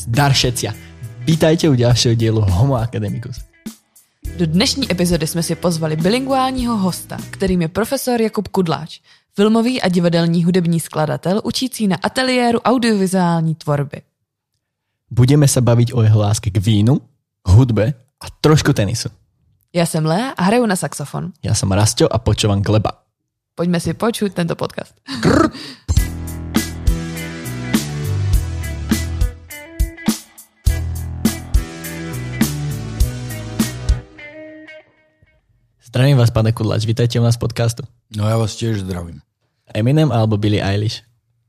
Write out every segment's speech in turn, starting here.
Zdar všetcia. Vítajte u ďalšieho dielu Homo Academicus. Do dnešní epizody jsme si pozvali bilinguálního hosta, kterým je profesor Jakub Kudláč, filmový a divadelní hudební skladatel učící na ateliéru audiovizuální tvorby. Budeme sa baviť o jeho láske k vínu, hudbe a trošku tenisu. Já jsem Lea a hraju na saxofon. Ja som Rasťo a počúvam Gleba. Pojďme si počuť tento podcast. Zdravím vás, pane Kudláč, vítajte u nás v podcastu. No ja vás tiež zdravím. Eminem alebo Billie Eilish?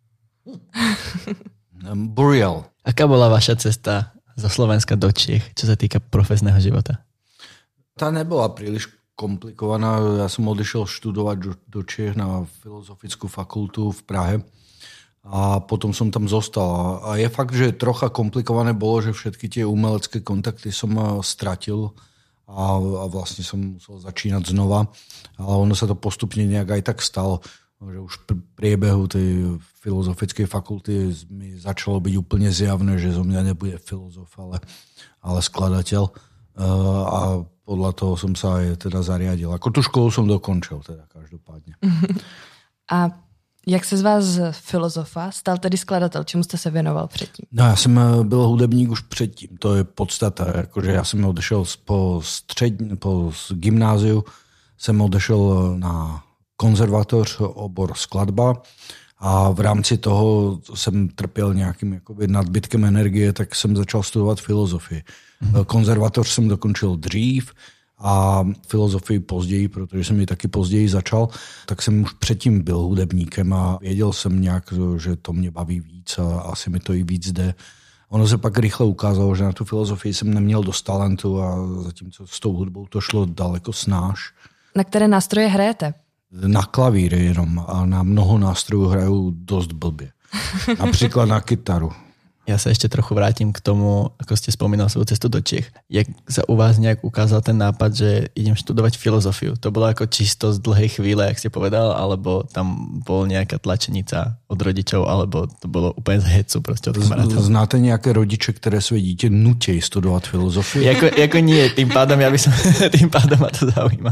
Burial. Aká bola vaša cesta zo Slovenska do Čiech, čo sa týka profesného života? Tá nebola príliš komplikovaná. Ja som odišiel študovať do Čiech na Filozofickú fakultu v Prahe a potom som tam zostal. A je fakt, že trocha komplikované bolo, že všetky tie umelecké kontakty som stratil a vlastne som musel začínať znova. Ale ono sa to postupne nejak aj tak stalo, že už v priebehu tej filozofickej fakulty mi začalo byť úplne zjavné, že zo mňa nebude filozof, ale skladateľ. A podľa toho som sa aj teda zariadil. Ako tú školu som dokončil, teda každopádne. A jak se z vás filozofa stal tedy skladatel? Čemu jste se věnoval předtím? No, já jsem byl hudebník už předtím. To je podstata. Jakože já jsem odešel po gymnáziu, jsem odešel na konzervatoř, obor skladba a v rámci toho jsem trpěl nějakým jakoby nadbytkem energie, tak jsem začal studovat filozofii. Konzervatoř jsem dokončil dřív a filozofii později, protože jsem ji taky později začal, tak jsem už předtím byl hudebníkem a věděl jsem nějak, že to mě baví víc a asi mi to i víc jde. Ono se pak rychle ukázalo, že na tu filozofii jsem neměl dost talentu a zatímco s tou hudbou to šlo daleko snáš. Na které nástroje hrajete? Na klavír jenom a na mnoho nástrojů hraju dost blbě. Například na kytaru. Ja sa ešte trochu vrátim k tomu, ako ste spomínal svoju cestu do Čiech. Jak sa u vás nejak ukázal ten nápad, že idem študovať filozofiu? To bolo ako čisto z dlhej chvíle, jak ste povedal, alebo tam bol nejaká tlačenica od rodičov, alebo to bolo úplne z hecu proste od kamarátov? Znáte nejaké rodiče, ktoré svoje dieťa nutějí studovať filozofiu? Jako nie, tým pádom ma to zaujíma.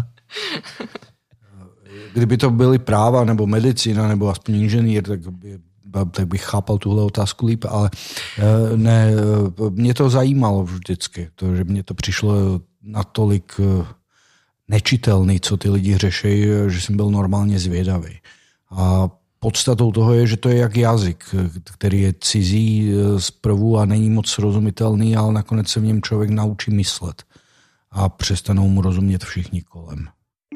Kdyby to byly práva, nebo medicína, nebo aspoň inženýr, tak bych chápal tuhle otázku líp, ale ne, mě to zajímalo vždycky, že mně to přišlo natolik nečitelný, co ty lidi řeší, že jsem byl normálně zvědavý. A podstatou toho je, že to je jak jazyk, který je cizí zprvu a není moc srozumitelný, ale nakonec se v něm člověk naučí myslet a přestanou mu rozumět všichni kolem.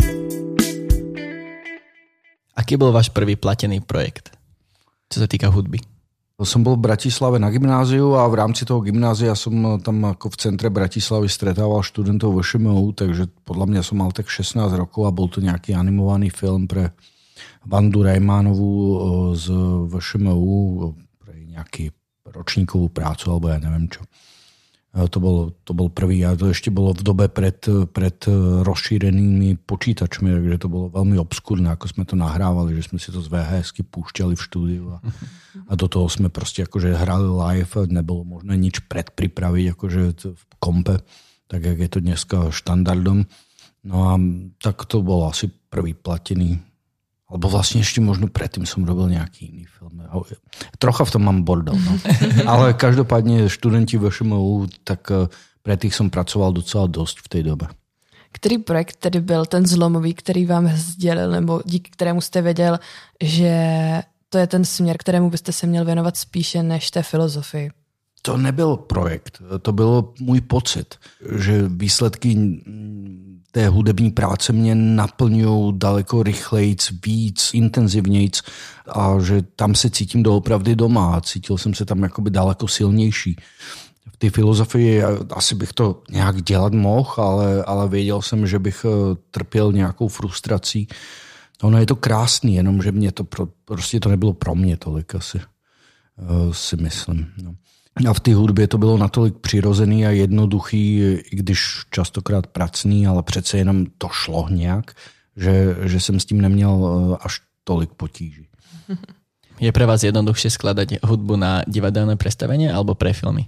Aký bol váš prvý platený projekt, čo sa týka hudby? Som bol v Bratislave na gymnáziu a v rámci toho gymnázia som tam ako v centre Bratislavy stretával študentov VŠMU, takže podľa mňa som mal tak 16 rokov a bol to nejaký animovaný film pre Vandu Rejmánovú z VŠMU, pre nejaký ročníkovú prácu, alebo ja neviem čo. To bol prvý a to ešte bolo v dobe pred rozšírenými počítačmi, takže to bolo veľmi obskúrne, ako sme to nahrávali, že sme si to z VHSky púšťali v štúdiu a do toho sme proste akože hrali live, nebolo možné nič predpripraviť akože v kompe, tak jak je to dneska štandardom. No a tak to bol asi prvý platený. Alebo vlastne ešte možno predtým som robil nejaký iný film. Trocha v tom mám bordel. No. Ale každopádne študenti VŠMU, tak pre tých som pracoval docela dosť v tej dobe. Který projekt tedy byl ten zlomový, který vám sdělil, nebo díky kterému jste věděl, že to je ten směr, kterému byste se měl věnovat spíše než té filozofii? To nebyl projekt, to bylo můj pocit, že výsledky té hudební práce mě naplňují daleko rychlejc, víc, intenzivnějc a že tam se cítím doopravdy doma a cítil jsem se tam jakoby daleko silnější. V té filozofii asi bych to nějak dělat mohl, ale věděl jsem, že bych trpěl nějakou frustrací. Ono je to krásný, jenom že mě to prostě to nebylo pro mě tolik asi, si myslím. No. A v té hudbě to bylo natolik přirozený a jednoduchý, i když častokrát pracný, ale přece jenom to šlo nějak, že jsem s tím neměl až tolik potíží. Je pre vás jednoduchšie skladať hudbu na divadelné predstavenie alebo pre filmy?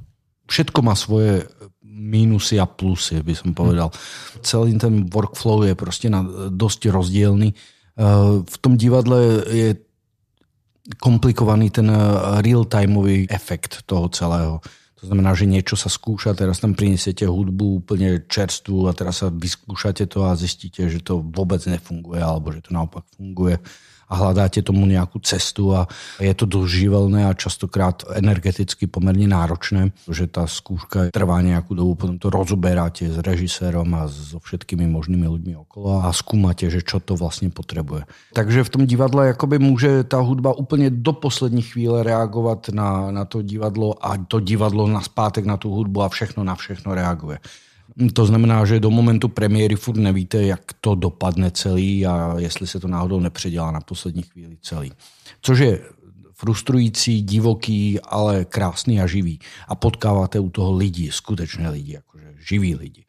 všetko má svoje mínusy a plusy, by som povedal. Celý ten workflow je prostě dosti rozdielný. V tom divadle je komplikovaný ten real-timeový efekt toho celého. To znamená, že niečo sa skúša, teraz tam prinesiete hudbu úplne čerstvú a teraz sa vyskúšate to a zistíte, že to vôbec nefunguje alebo že to naopak funguje a hľadáte tomu nejakú cestu a je to doživelné a častokrát energeticky pomerne náročné, že tá skúška trvá nejakú dobu, potom to rozoberáte s režisérom a so všetkými možnými ľuďmi okolo a skúmate, že čo to vlastne potrebuje. Takže v tom divadle jakoby môže tá hudba úplne do poslední chvíle reagovat na to divadlo a to divadlo naspátek na tú hudbu a všechno na všechno reaguje. To znamená, že do momentu premiéry furt nevíte, jak to dopadne celý a jestli se to náhodou nepředělá na poslední chvíli celý. Což je frustrující, divoký, ale krásný a živý. A potkáváte u toho lidi, skutečné lidi, jakože živí lidi.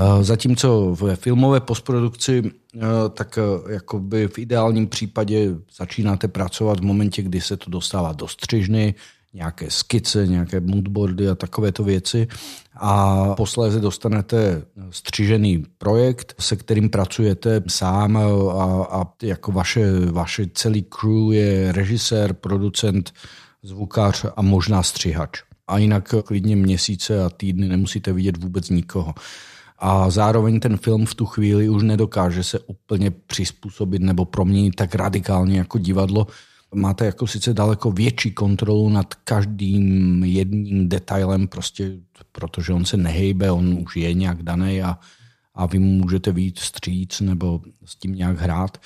Zatímco ve filmové postprodukci, tak jakoby v ideálním případě začínáte pracovat v momentě, kdy se to dostává do střižny, nějaké skice, nějaké moodboardy a takovéto věci a posléze dostanete střižený projekt, se kterým pracujete sám a jako vaše celý crew je režisér, producent, zvukař a možná střihač. A jinak klidně měsíce a týdny nemusíte vidět vůbec nikoho. A zároveň ten film v tu chvíli už nedokáže se úplně přizpůsobit nebo proměnit tak radikálně jako divadlo. Máte jako sice daleko větší kontrolu nad každým jedním detailem, prostě protože on se nehejbe, on už je nějak daný a vy mu můžete vyjít vstříc nebo s tím nějak hrát,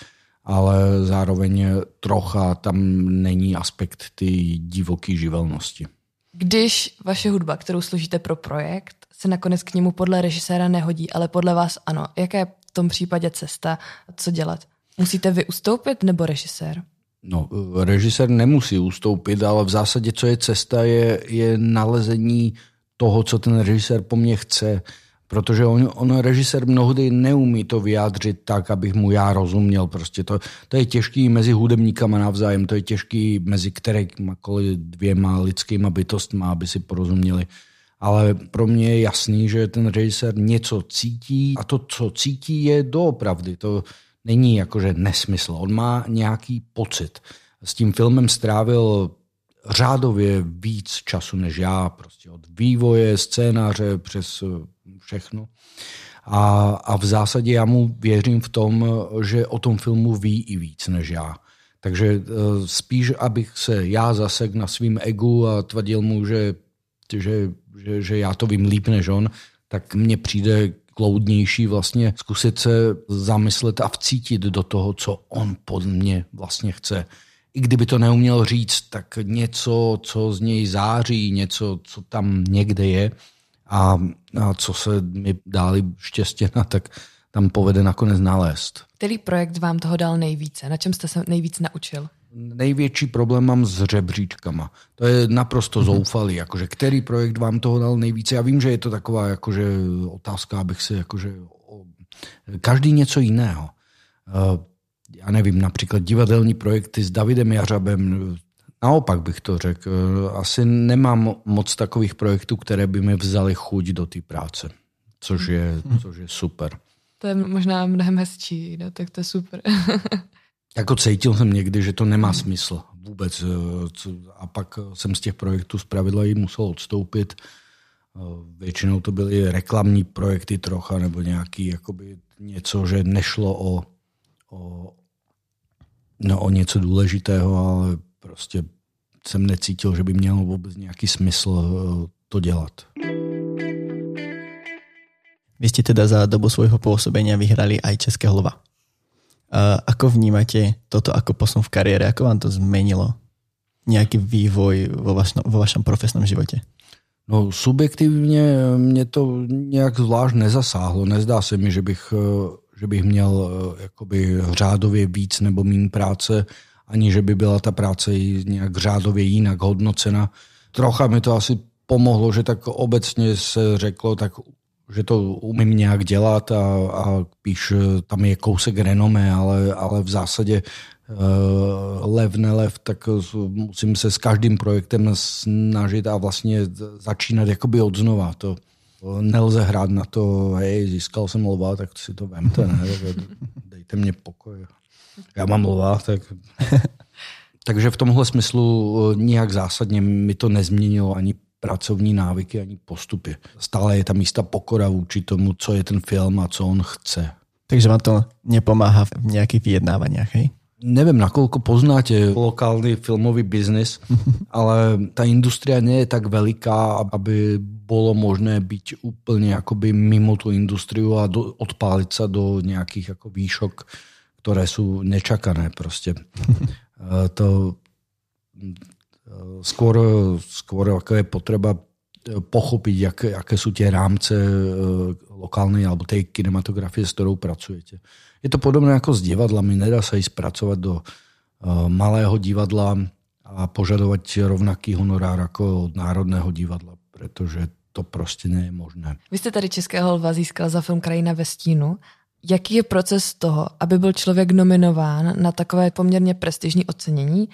ale zároveň trocha tam není aspekt ty divoké živelnosti. Když vaše hudba, kterou složíte pro projekt, se nakonec k němu podle režiséra nehodí, ale podle vás ano, jaká je v tom případě cesta, co dělat? Musíte vy ustoupit nebo režisér? No, režisér nemusí ustoupit, ale v zásadě, co je cesta, je nalezení toho, co ten režisér po mně chce. Protože on režisér mnohdy neumí to vyjádřit tak, abych mu já rozuměl. Prostě to je těžký mezi hudebníkama navzájem, to je těžký mezi kterýmakoliv dvěma lidskýma bytostma, aby si porozuměli. Ale pro mě je jasný, že ten režisér něco cítí a to, co cítí, je doopravdy. To není jakože nesmysl. On má nějaký pocit. S tím filmem strávil řádově víc času než já. Prostě od vývoje, scénáře přes všechno. A v zásadě já mu věřím v tom, že o tom filmu ví i víc než já. Takže spíš, abych se já zasek na svým egu a tvrdil mu, že já to vím líp než on, tak mně přijde kloudnější vlastně zkusit se zamyslet a vcítit do toho, co on pod mě vlastně chce. I kdyby to neuměl říct, tak něco, co z něj září, něco, co tam někde je a co se mi dáli štěstěna, tak tam povede nakonec nalézt. Který projekt vám toho dal nejvíce? Na čem jste se nejvíc naučil? Největší problém mám s žebříčkama. To je naprosto zoufalý. Jakože, který projekt vám toho dal nejvíce? Já vím, že je to taková jakože, otázka, abych si jakože, každý něco jiného. Já nevím, například divadelní projekty s Davidem Jařabem. Naopak bych to řekl. Asi nemám moc takových projektů, které by mi vzaly chuť do té práce. Což je super. To je možná mnohem hezčí, no, tak to je super. Jako cítil jsem někdy, že to nemá smysl vůbec. A pak jsem z těch projektů zpravidla i musel odstoupit. Většinou to byly reklamní projekty trocha, nebo nějaký jakoby něco, že nešlo o něco důležitého, ale prostě jsem necítil, že by mělo vůbec nějaký smysl to dělat. Vy ste teda za dobu svojho pôsobenia vyhrali aj Českého lva. Ako vnímate toto ako posun v kariére? Ako vám to zmenilo nejaký vývoj vo vašom profesnom živote? No, subjektivně mě to nějak zvlášť nezasáhlo. Nezdá se mi, že bych měl jakoby řádově víc nebo méně práce, ani že by byla ta práce nějak řádově jinak hodnocena. Trocha mi to asi pomohlo, že tak obecně se řeklo, tak že to umím nějak dělat a píš, tam je kousek renomé, ale v zásadě lev, nelev, tak musím se s každým projektem snažit a vlastně začínat jakoby od znova. To nelze hrát na to, hej, získal jsem lva, tak si to vemte, ne? Dejte mě pokoj. Já mám lva, tak... Takže v tomhle smyslu nijak zásadně mi to nezměnilo ani pracovní návyky, ani postupy. Stále je tam jistá pokora vůči tomu, co je ten film a co on chce. Takže vám to nepomáha v nějakých vyjednávaniach, hej? Neviem, nakoľko poznáte lokálny filmový biznis, ale tá industria nie je tak veľká, aby bolo možné byť úplne akoby mimo tú industriu a odpáliť sa do nejakých ako výšok, ktoré sú nečakané proste. To skôr ako je potreba pochopiť, aké sú tie rámce lokálnej alebo tej kinematografie, s ktorou pracujete. Je to podobné ako s divadlami. Nedá sa ísť pracovať do malého divadla a požadovať rovnaký honorár ako od Národného divadla, pretože to prostě nie je možné. Vy jste tady Českého lva získal za film Krajina ve stínu. Jaký je proces toho, aby byl člověk nominován na takové poměrně prestižní ocenění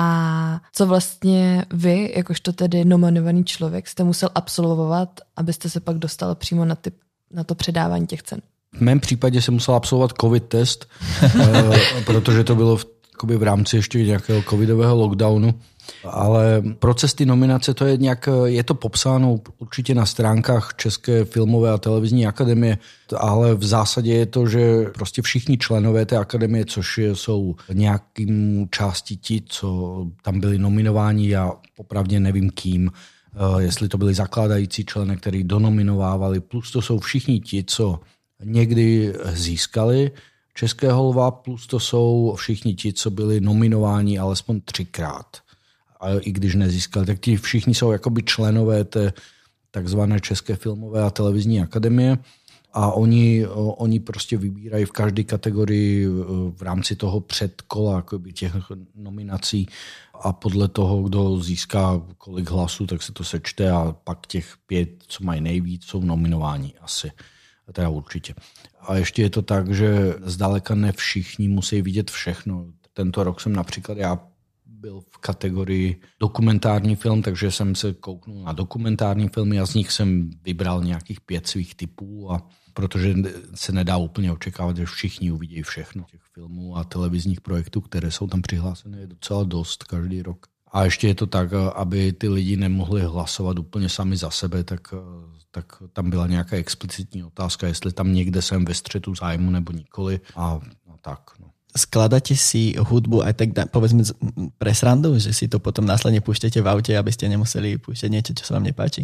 a co vlastně vy, jakožto tedy nominovaný člověk, jste musel absolvovat, abyste se pak dostal přímo na to předávání těch cen? V mém případě jsem musel absolvovat covid test, protože to bylo v rámci ještě nějakého covidového lockdownu. Ale proces ty nominace, to je to popsáno určitě na stránkách České filmové a televizní akademie, ale v zásadě je to, že prostě všichni členové té akademie, což jsou nějakým části ti, co tam byli nominováni, já popravdě nevím kým, jestli to byli zakládající členy, který donominovávali, plus to jsou všichni ti, co někdy získali Českého lva, plus to jsou všichni ti, co byli nominováni alespoň 3krát. A i když nezískali, tak ti všichni jsou jakoby členové té takzvané České filmové a televizní akademie a oni prostě vybírají v každé kategorii v rámci toho předkola jakoby těch nominací a podle toho, kdo získá kolik hlasů, tak se to sečte a pak těch 5, co mají nejvíc, jsou nominováni asi. Teda určitě. A ještě je to tak, že zdaleka ne všichni musí vidět všechno. Tento rok jsem například já byl v kategorii dokumentární film, takže jsem se kouknul na dokumentární filmy a z nich jsem vybral nějakých 5 svých typů a protože se nedá úplně očekávat, že všichni uvidí všechno těch filmů a televizních projektů, které jsou tam přihlásené, je docela dost každý rok. A ještě je to tak, aby ty lidi nemohli hlasovat úplně sami za sebe, tak tam byla nějaká explicitní otázka, jestli tam někde jsem ve střetu zájmu nebo nikoli a tak. No. Skladáte si hudbu aj tak, povedzme, pre srandu, že si to potom následne púšťate v aute, aby ste nemuseli púšťať niečo, čo sa vám nepáči?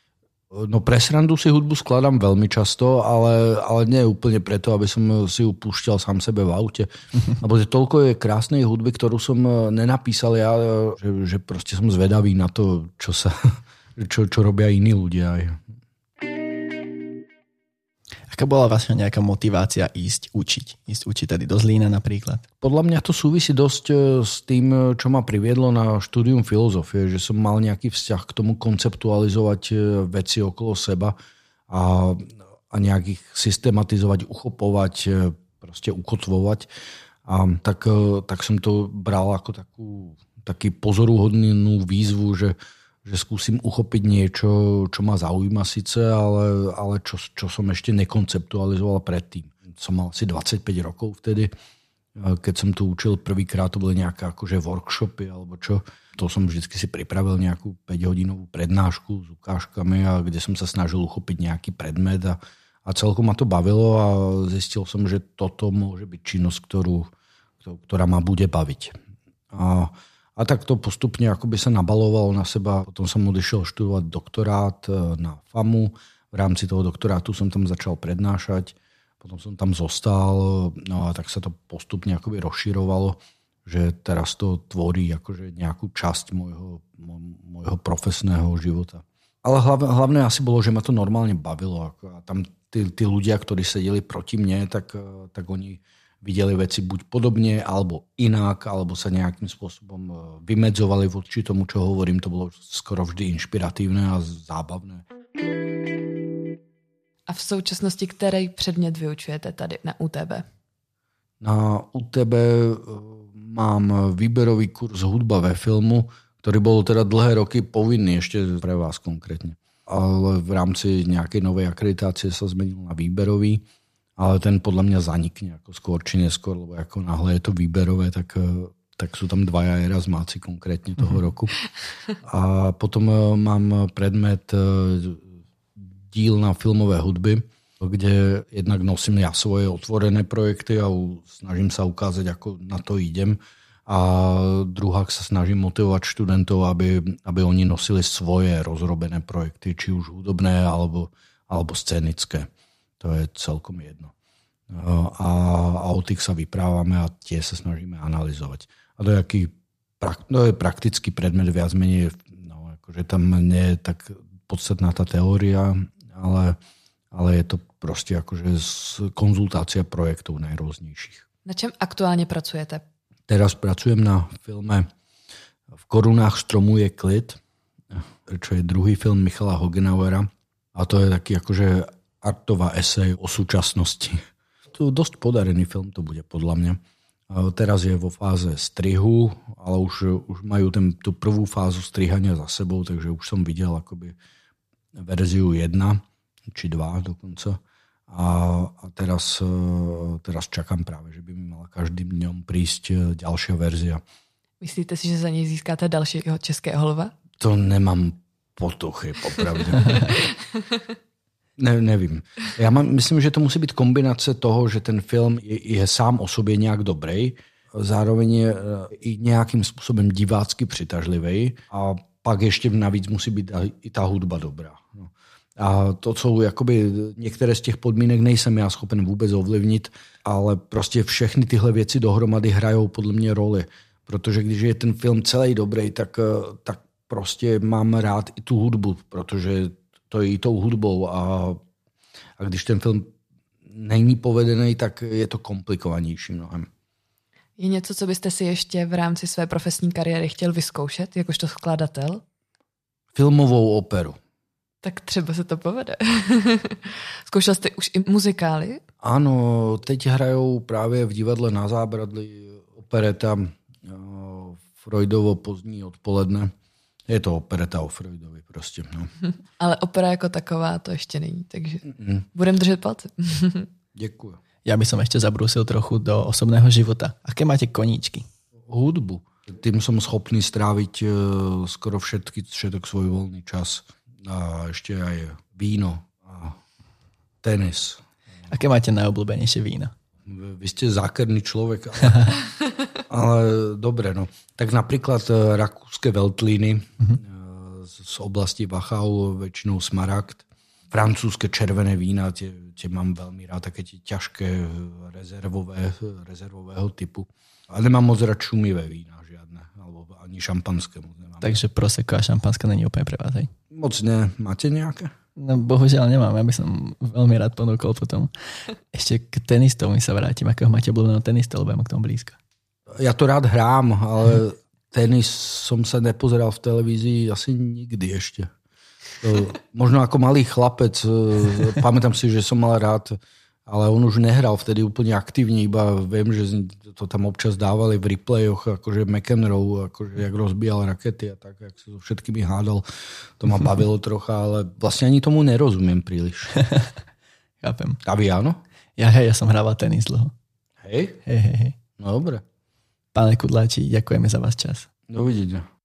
No pre srandu si hudbu skladám veľmi často, ale nie úplne preto, aby som si ju púšťal sám sebe v aute. Lebo toľko je krásnej hudby, ktorú som nenapísal ja, že proste som zvedavý na to, čo robia iní ľudia. Aká bola vaša nejaká motivácia ísť učiť tady do Zlína napríklad? Podľa mňa to súvisí dosť s tým, čo ma priviedlo na štúdium filozofie, že som mal nejaký vzťah k tomu konceptualizovať veci okolo seba a nejakých systematizovať, uchopovať, proste ukotvovať. A tak som to bral ako taký pozoruhodnú výzvu, že skúsim uchopiť niečo, čo ma zaujíma síce, ale čo som ešte nekonceptualizoval predtým. Som mal asi 25 rokov vtedy. Keď som tu učil prvýkrát, to boli nejaké akože workshopy alebo čo. To som vždycky si pripravil nejakú 5-hodinovú prednášku s ukážkami, a kde som sa snažil uchopiť nejaký predmet a celkom ma to bavilo a zistil som, že toto môže byť činnosť, ktorá ma bude baviť. A tak to postupne akoby sa nabalovalo na seba. Potom som odišiel študovať doktorát na FAMu. V rámci toho doktorátu som tam začal prednášať. Potom som tam zostal. No a tak sa to postupne akoby rozširovalo, že teraz to tvorí akože nejakú časť môjho profesného života. Ale hlavné asi bolo, že ma to normálne bavilo. A tam tí ľudia, ktorí sedeli proti mne, tak oni videli veci buď podobne, alebo inak, alebo sa nejakým spôsobom vymedzovali voči tomu, čo hovorím. To bolo skoro vždy inšpiratívne a zábavné. A v současnosti který předmět vyučujete tady na UTB? Na UTB mám výberový kurz hudba ve filmu, ktorý bol teda dlhé roky povinný ešte pre vás konkrétne. Ale v rámci nejakej novej akreditácie sa zmenil na výberový, ale ten podľa mňa zanikne ako skôr či neskôr, lebo ako náhle je to výberové, tak sú tam dvaja Erasmáci konkrétne toho roku. A potom mám predmet dílna filmové hudby, kde jednak nosím ja svoje otvorené projekty a snažím sa ukázať, ako na to idem. A druhák sa snažím motivovať študentov, aby oni nosili svoje rozrobené projekty, či už hudobné, alebo scénické. To je celkom jedno. A o tých sa vyprávame a tie sa snažíme analyzovať. A to je praktický predmet viac menej, no, akože tam nie je tak podstatná tá teória, ale je to proste akože konzultácia projektov najrôznejších. Na čem aktuálne pracujete? Teraz pracujem na filme V korunách stromu je klid, čo je druhý film Michala Hogenauera. A to je taký akože artová esej o súčasnosti. To dosť podarený film to bude podľa mňa. Teraz je vo fáze strihu, ale už majú tú prvú fázu strihania za sebou, takže už som videl akoby verziu 1 či 2 dokonca. A teraz čakám práve, že by mi mala každým dňom prísť ďalšia verzia. Myslíte si, že za nej získáte dalšího českého lva? To nemám potuchy, popravde. Nevím. Ja myslím, že to musí byť kombinácia toho, že ten film je sám o sobě nejak dobrej, zároveň je i nejakým spôsobom divácky přitažlivej a pak ešte navíc musí byť i tá hudba dobrá. No. A to jsou jakoby některé z těch podmínek nejsem já schopen vůbec ovlivnit, ale prostě všechny tyhle věci dohromady hrajou podle mě roli. Protože když je ten film celý dobrý, tak prostě mám rád i tu hudbu, protože to je i tou hudbou a když ten film není povedený, tak je to komplikovanější mnohem. Je něco, co byste si ještě v rámci své profesní kariéry chtěl vyzkoušet, jakožto skladatel? Filmovou operu. Tak třeba se to povede. Zkoušel jste už i muzikály? Ano, teď hrajou právě v divadle Na Zábradlí opereta Freudovo pozdní odpoledne. Je to opereta o Freudovi prostě. No. Ale opera jako taková to ještě není, takže budem držet palce. Děkuji. Ja by som ešte zabrúsil trochu do osobného života. Aké máte koníčky? Hudbu. Tým som schopný stráviť skoro všetok svoj voľný čas. A ešte aj víno a tenis. Aké máte najobľúbenejšie vína? Vy ste zákerný človek, ale dobre. No. Tak napríklad rakúske veltlíny z oblasti Wachau, väčšinou Smaragd. Francúzske červené vína, tie mám veľmi rád, také tie ťažké rezervového typu. A nemám moc rád šumivé vína žiadne, alebo ani šampanské moc nemám. Takže prosecco a šampanské není úplne pre vás, hej? Moc ne. Máte nejaké? No bohužiaľ nemám, ja by som veľmi rád ponúkol potom. Ešte k tenistom sa vrátim, akého máte obľúbeného tenista, lebo ja mám k tomu blízko. Ja to rád hrám, ale tenis som sa nepozeral v televízii asi nikdy ešte. Možno ako malý chlapec, pamätám si, že som mal rád, ale on už nehral vtedy úplne aktívne, iba viem, že to tam občas dávali v replayoch, akože McEnroe, akože jak rozbíjal rakety a tak, jak sa so všetkými hádal. To ma bavilo trocha, ale vlastne ani tomu nerozumiem príliš. Chápem. A vy áno? Ja som hrával tenis dlho. Hej? Hej. No dobre. Pane Kudláči, ďakujeme za váš čas. Dovidenia.